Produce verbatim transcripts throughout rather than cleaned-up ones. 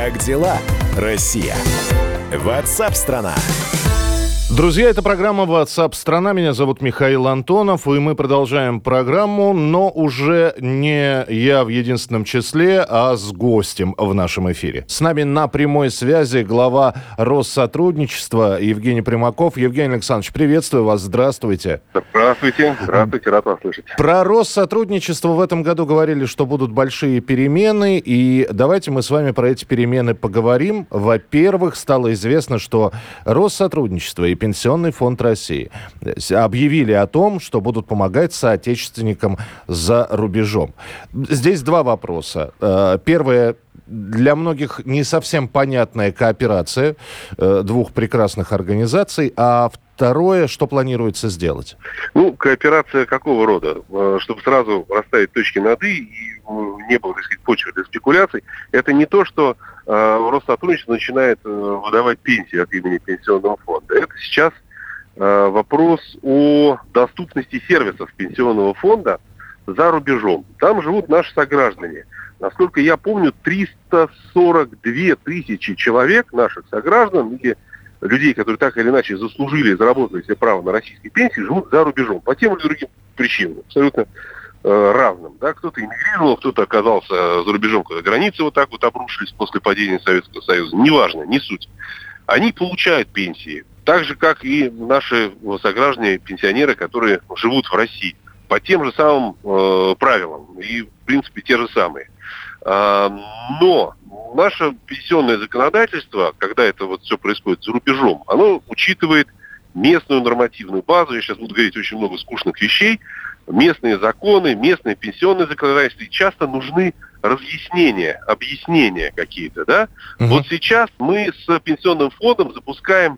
Как дела, Россия? Ватсап-страна! Друзья, это программа WhatsApp страна. Меня зовут Михаил Антонов, и мы продолжаем программу, но уже не я в единственном числе, а с гостем в нашем эфире. С нами на прямой связи глава Россотрудничества Евгений Примаков. Евгений Александрович, приветствую вас, здравствуйте. Здравствуйте, здравствуйте, рад вас слышать. Про Россотрудничество в этом году говорили, что будут большие перемены, и давайте мы с вами про эти перемены поговорим. Во-первых, стало известно, что Россотрудничество и Пенсионный фонд России объявили о том, что будут помогать соотечественникам за рубежом. Здесь два вопроса. Первое. Для многих не совсем понятная кооперация двух прекрасных организаций, а второе, что планируется сделать? Ну, кооперация какого рода? Чтобы сразу расставить точки над «и» и не было, так сказать, почвы для спекуляций, это не то, что э, Россотрудничество начинает э, выдавать пенсии от имени Пенсионного фонда. Это сейчас э, вопрос о доступности сервисов Пенсионного фонда за рубежом. Там живут наши сограждане. Насколько я помню, триста сорок две тысячи человек, наших сограждан, или людей, которые так или иначе заслужили и заработали себе право на российские пенсии, живут за рубежом. По тем или другим причинам. Абсолютно э, разным. Да? Кто-то эмигрировал, кто-то оказался за рубежом, когда границы вот так вот обрушились после падения Советского Союза. Неважно, не суть. Они получают пенсии. Так же, как и наши сограждане, пенсионеры, которые живут в России. По тем же самым э, правилам. И, в принципе, те же самые. А, но наше пенсионное законодательство, когда это вот все происходит за рубежом, оно учитывает местную нормативную базу. Я сейчас буду говорить очень много скучных вещей. Местные законы, местное пенсионное законодательство. И часто нужны разъяснения, объяснения какие-то. Да? Uh-huh. Вот сейчас мы с Пенсионным фондом запускаем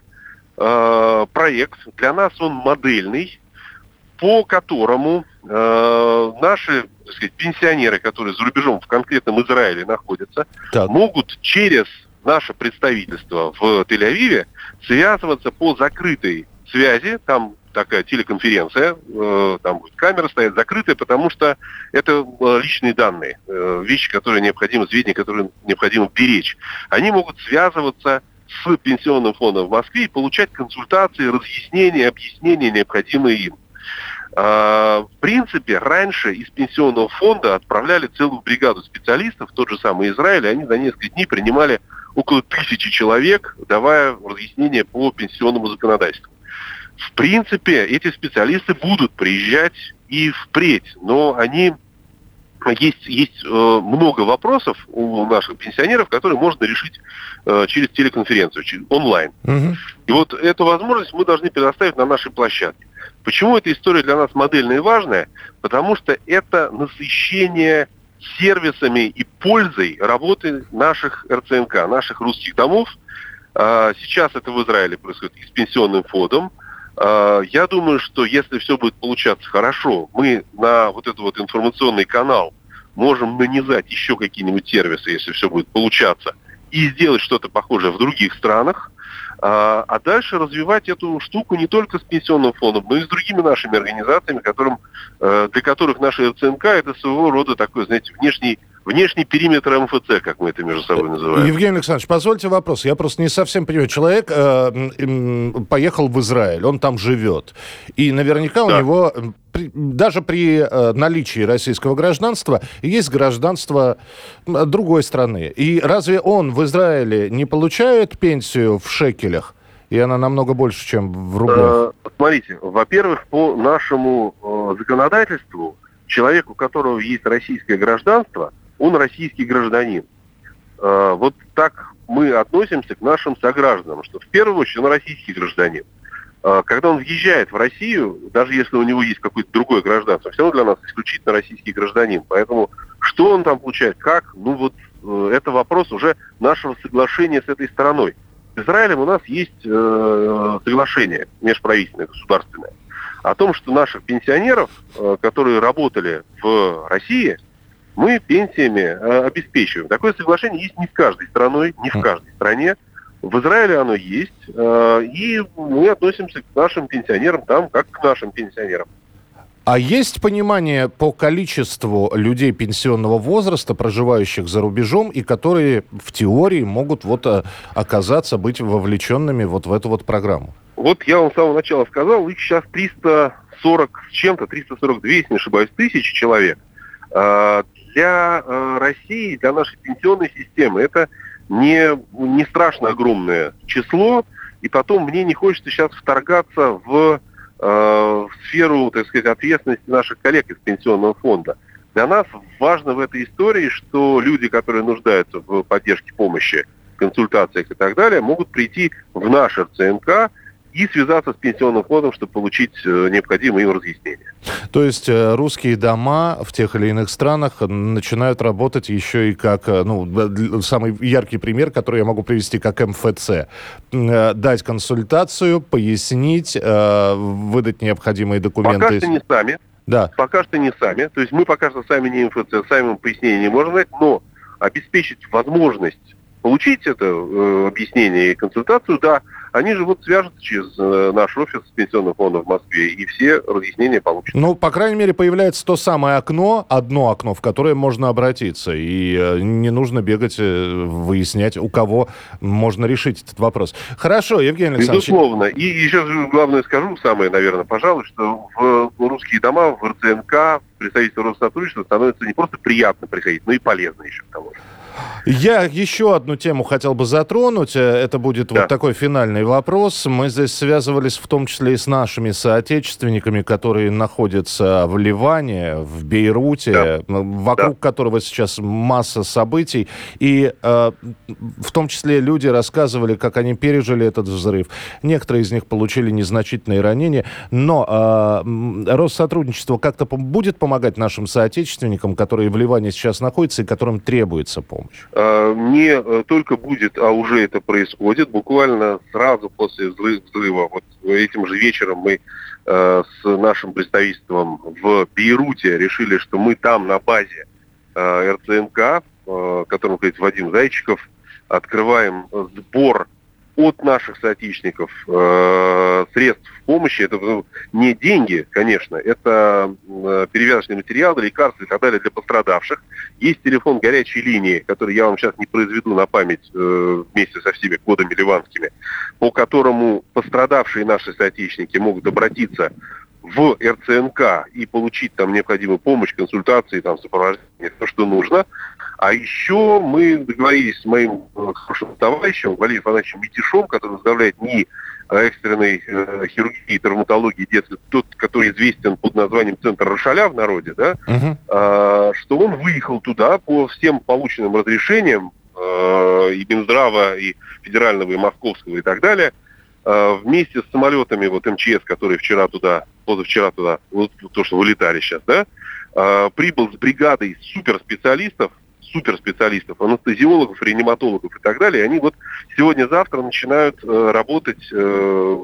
э, проект. Для нас он модельный, по которому э, наши, так сказать, пенсионеры, которые за рубежом в конкретном Израиле находятся, так. могут через наше представительство в Тель-Авиве связываться по закрытой связи. Там такая телеконференция, э, там будет камера стоять закрытая, потому что это э, личные данные, э, вещи, которые необходимо, сведения, которые необходимо беречь. Они могут связываться с Пенсионным фондом в Москве и получать консультации, разъяснения, объяснения, необходимые им. В принципе, раньше из Пенсионного фонда отправляли целую бригаду специалистов в тот же самый Израиль, и они за несколько дней принимали около тысячи человек, давая разъяснения по пенсионному законодательству. В принципе, эти специалисты будут приезжать и впредь, но они... Есть, есть э, много вопросов у наших пенсионеров, которые можно решить э, через телеконференцию, через онлайн. Угу. И вот эту возможность мы должны предоставить на нашей площадке. Почему эта история для нас модельная и важная? Потому что это насыщение сервисами и пользой работы наших эр цэ эн ка, наших русских домов. Э, сейчас это в Израиле происходит и с Пенсионным фондом. Я думаю, что если все будет получаться хорошо, мы на вот этот вот информационный канал можем нанизать еще какие-нибудь сервисы, если все будет получаться, и сделать что-то похожее в других странах, а дальше развивать эту штуку не только с Пенсионным фондом, но и с другими нашими организациями, которым, для которых наши эр цэ эн ка это своего рода такой, знаете, внешний Внешний периметр эм эф цэ, как мы это между собой называем. Евгений Александрович, позвольте вопрос. Я просто не совсем понимаю. Человек э, э, поехал в Израиль, он там живет. И наверняка да. у него, при, даже при э, наличии российского гражданства, есть гражданство другой страны. И разве он в Израиле не получает пенсию в шекелях? И она намного больше, чем в рублях. Э, смотрите, во-первых, по нашему э, законодательству, человек, у которого есть российское гражданство, он российский гражданин. Э, вот так мы относимся к нашим согражданам, что в первую очередь он российский гражданин. Э, когда он въезжает в Россию, даже если у него есть какое-то другое гражданство, все равно для нас исключительно российский гражданин. Поэтому что он там получает, как, ну вот э, это вопрос уже нашего соглашения с этой стороной. С Израилем у нас есть э, соглашение межправительственное, государственное, о том, что наших пенсионеров, э, которые работали в России, мы пенсиями э, обеспечиваем. Такое соглашение есть не в каждой страной, не в каждой стране. В Израиле оно есть, э, и мы относимся к нашим пенсионерам там, как к нашим пенсионерам. А есть понимание по количеству людей пенсионного возраста, проживающих за рубежом, и которые в теории могут вот оказаться, быть вовлеченными вот в эту вот программу? Вот я вам с самого начала сказал, их сейчас триста сорок с чем-то, триста сорок два, если не ошибаюсь, тысяч человек. Для России, для нашей пенсионной системы это не, не страшно огромное число, и потом мне не хочется сейчас вторгаться в в сферу, так сказать, ответственности наших коллег из Пенсионного фонда. Для нас важно в этой истории, что люди, которые нуждаются в поддержке, помощи, консультациях и так далее, могут прийти в наш эр цэ эн ка и связаться с Пенсионным фондом, чтобы получить необходимые им разъяснения. То есть русские дома в тех или иных странах начинают работать еще и как, ну, самый яркий пример, который я могу привести, как эм эф цэ. Дать консультацию, пояснить, выдать необходимые документы. Пока что не сами. Да. Пока что не сами. То есть мы пока что сами не эм эф цэ, сами пояснения не можем дать, но обеспечить возможность получить это э, объяснение и консультацию, да, они же вот свяжутся через э, наш офис Пенсионного фонда в Москве, и все разъяснения получат. Ну, по крайней мере, появляется то самое окно, одно окно, в которое можно обратиться, и э, не нужно бегать, э, выяснять, у кого можно решить этот вопрос. Хорошо, Евгений Александрович. Безусловно. И еще главное скажу, самое, наверное, пожалуй, что в русские дома, в эр цэ эн ка, представительство Россотрудничества становится не просто приятно приходить, но и полезно еще к тому же. Я еще одну тему хотел бы затронуть. Это будет да. вот такой финальный вопрос. Мы здесь связывались в том числе и с нашими соотечественниками, которые находятся в Ливане, в Бейруте, да. вокруг да. которого сейчас масса событий. И э, в том числе люди рассказывали, как они пережили этот взрыв. Некоторые из них получили незначительные ранения. Но э, Россотрудничество как-то будет помогать нашим соотечественникам, которые в Ливане сейчас находятся и которым требуется помощь? Не только будет, а уже это происходит. Буквально сразу после взрыва, вот этим же вечером мы э, с нашим представительством в Бейруте решили, что мы там на базе э, эр цэ эн ка, э, которому говорит Вадим Зайчиков, открываем сбор от наших соотечественников э, средств помощи. Это ну, не деньги, конечно, это э, перевязочные материалы, лекарства и так далее для пострадавших. Есть телефон горячей линии, который я вам сейчас не произведу на память э, вместе со всеми кодами ливанскими, по которому пострадавшие наши соотечественники могут обратиться в эр цэ эн ка и получить там необходимую помощь, консультации, там, сопровождение, то, что нужно. А еще мы договорились с моим хорошим товарищем Валерием Ивановичем Митишом, который возглавляет НИИ экстренной э, хирургии и травматологии детской, тот, который известен под названием Центр Рошаля в народе, да, uh-huh. э, что он выехал туда по всем полученным разрешениям э, и Минздрава, и федерального, и московского, и так далее, э, вместе с самолетами вот эм че эс, которые вчера туда, позавчера туда, вот то, что вылетали сейчас, да, э, прибыл с бригадой суперспециалистов, суперспециалистов, анестезиологов, реаниматологов и так далее. Они вот сегодня-завтра начинают э, работать э,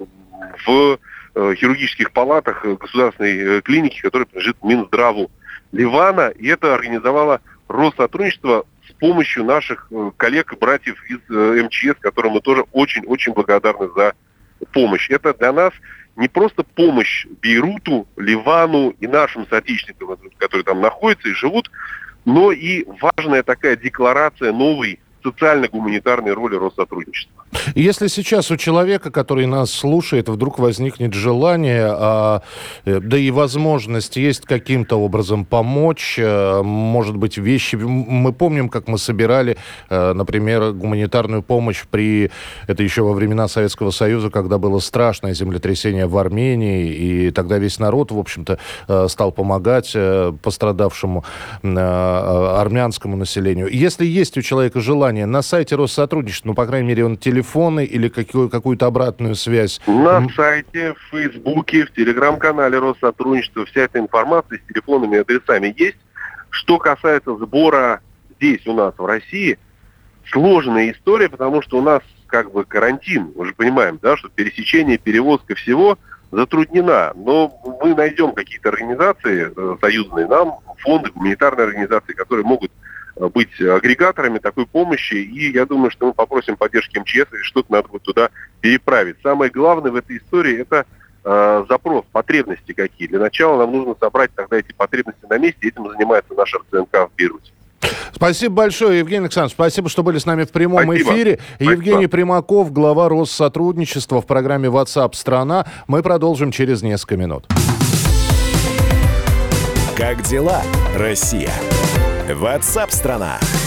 в э, хирургических палатах государственной э, клиники, которая принадлежит Минздраву Ливана. И это организовало Россотрудничество с помощью наших э, коллег и братьев из э, эм че эс, которым мы тоже очень-очень благодарны за помощь. Это для нас не просто помощь Бейруту, Ливану и нашим соотечественникам, которые там находятся и живут, но и важная такая декларация новой социально-гуманитарной роли Россотрудничества. Если сейчас у человека, который нас слушает, вдруг возникнет желание, а, да и возможность есть каким-то образом помочь, а, может быть, вещи... Мы помним, как мы собирали, а, например, гуманитарную помощь при... Это еще во времена Советского Союза, когда было страшное землетрясение в Армении, и тогда весь народ, в общем-то, стал помогать пострадавшему армянскому населению. Если есть у человека желание на сайте Россотрудничества, ну, по крайней мере, он телефоны или какую- какую-то обратную связь? На сайте, в Фейсбуке, в Телеграм-канале Россотрудничества вся эта информация с телефонами и адресами есть. Что касается сбора здесь у нас в России, сложная история, потому что у нас как бы карантин. Мы же понимаем, да, что пересечение, перевозка всего затруднена. Но мы найдем какие-то организации э, союзные нам, фонды, гуманитарные организации, которые могут быть агрегаторами такой помощи, и я думаю, что мы попросим поддержки эм че эс, или что-то надо будет туда переправить. Самое главное в этой истории — это э, запрос, потребности какие. Для начала нам нужно собрать тогда эти потребности на месте, этим занимается наша РЦНК в Бейруте. Спасибо большое, Евгений Александрович. Спасибо, что были с нами в прямом Спасибо. эфире. Спасибо. Евгений Примаков, глава Россотрудничества в программе WhatsApp страна. Мы продолжим через несколько минут. Как дела, Россия? WhatsApp страна.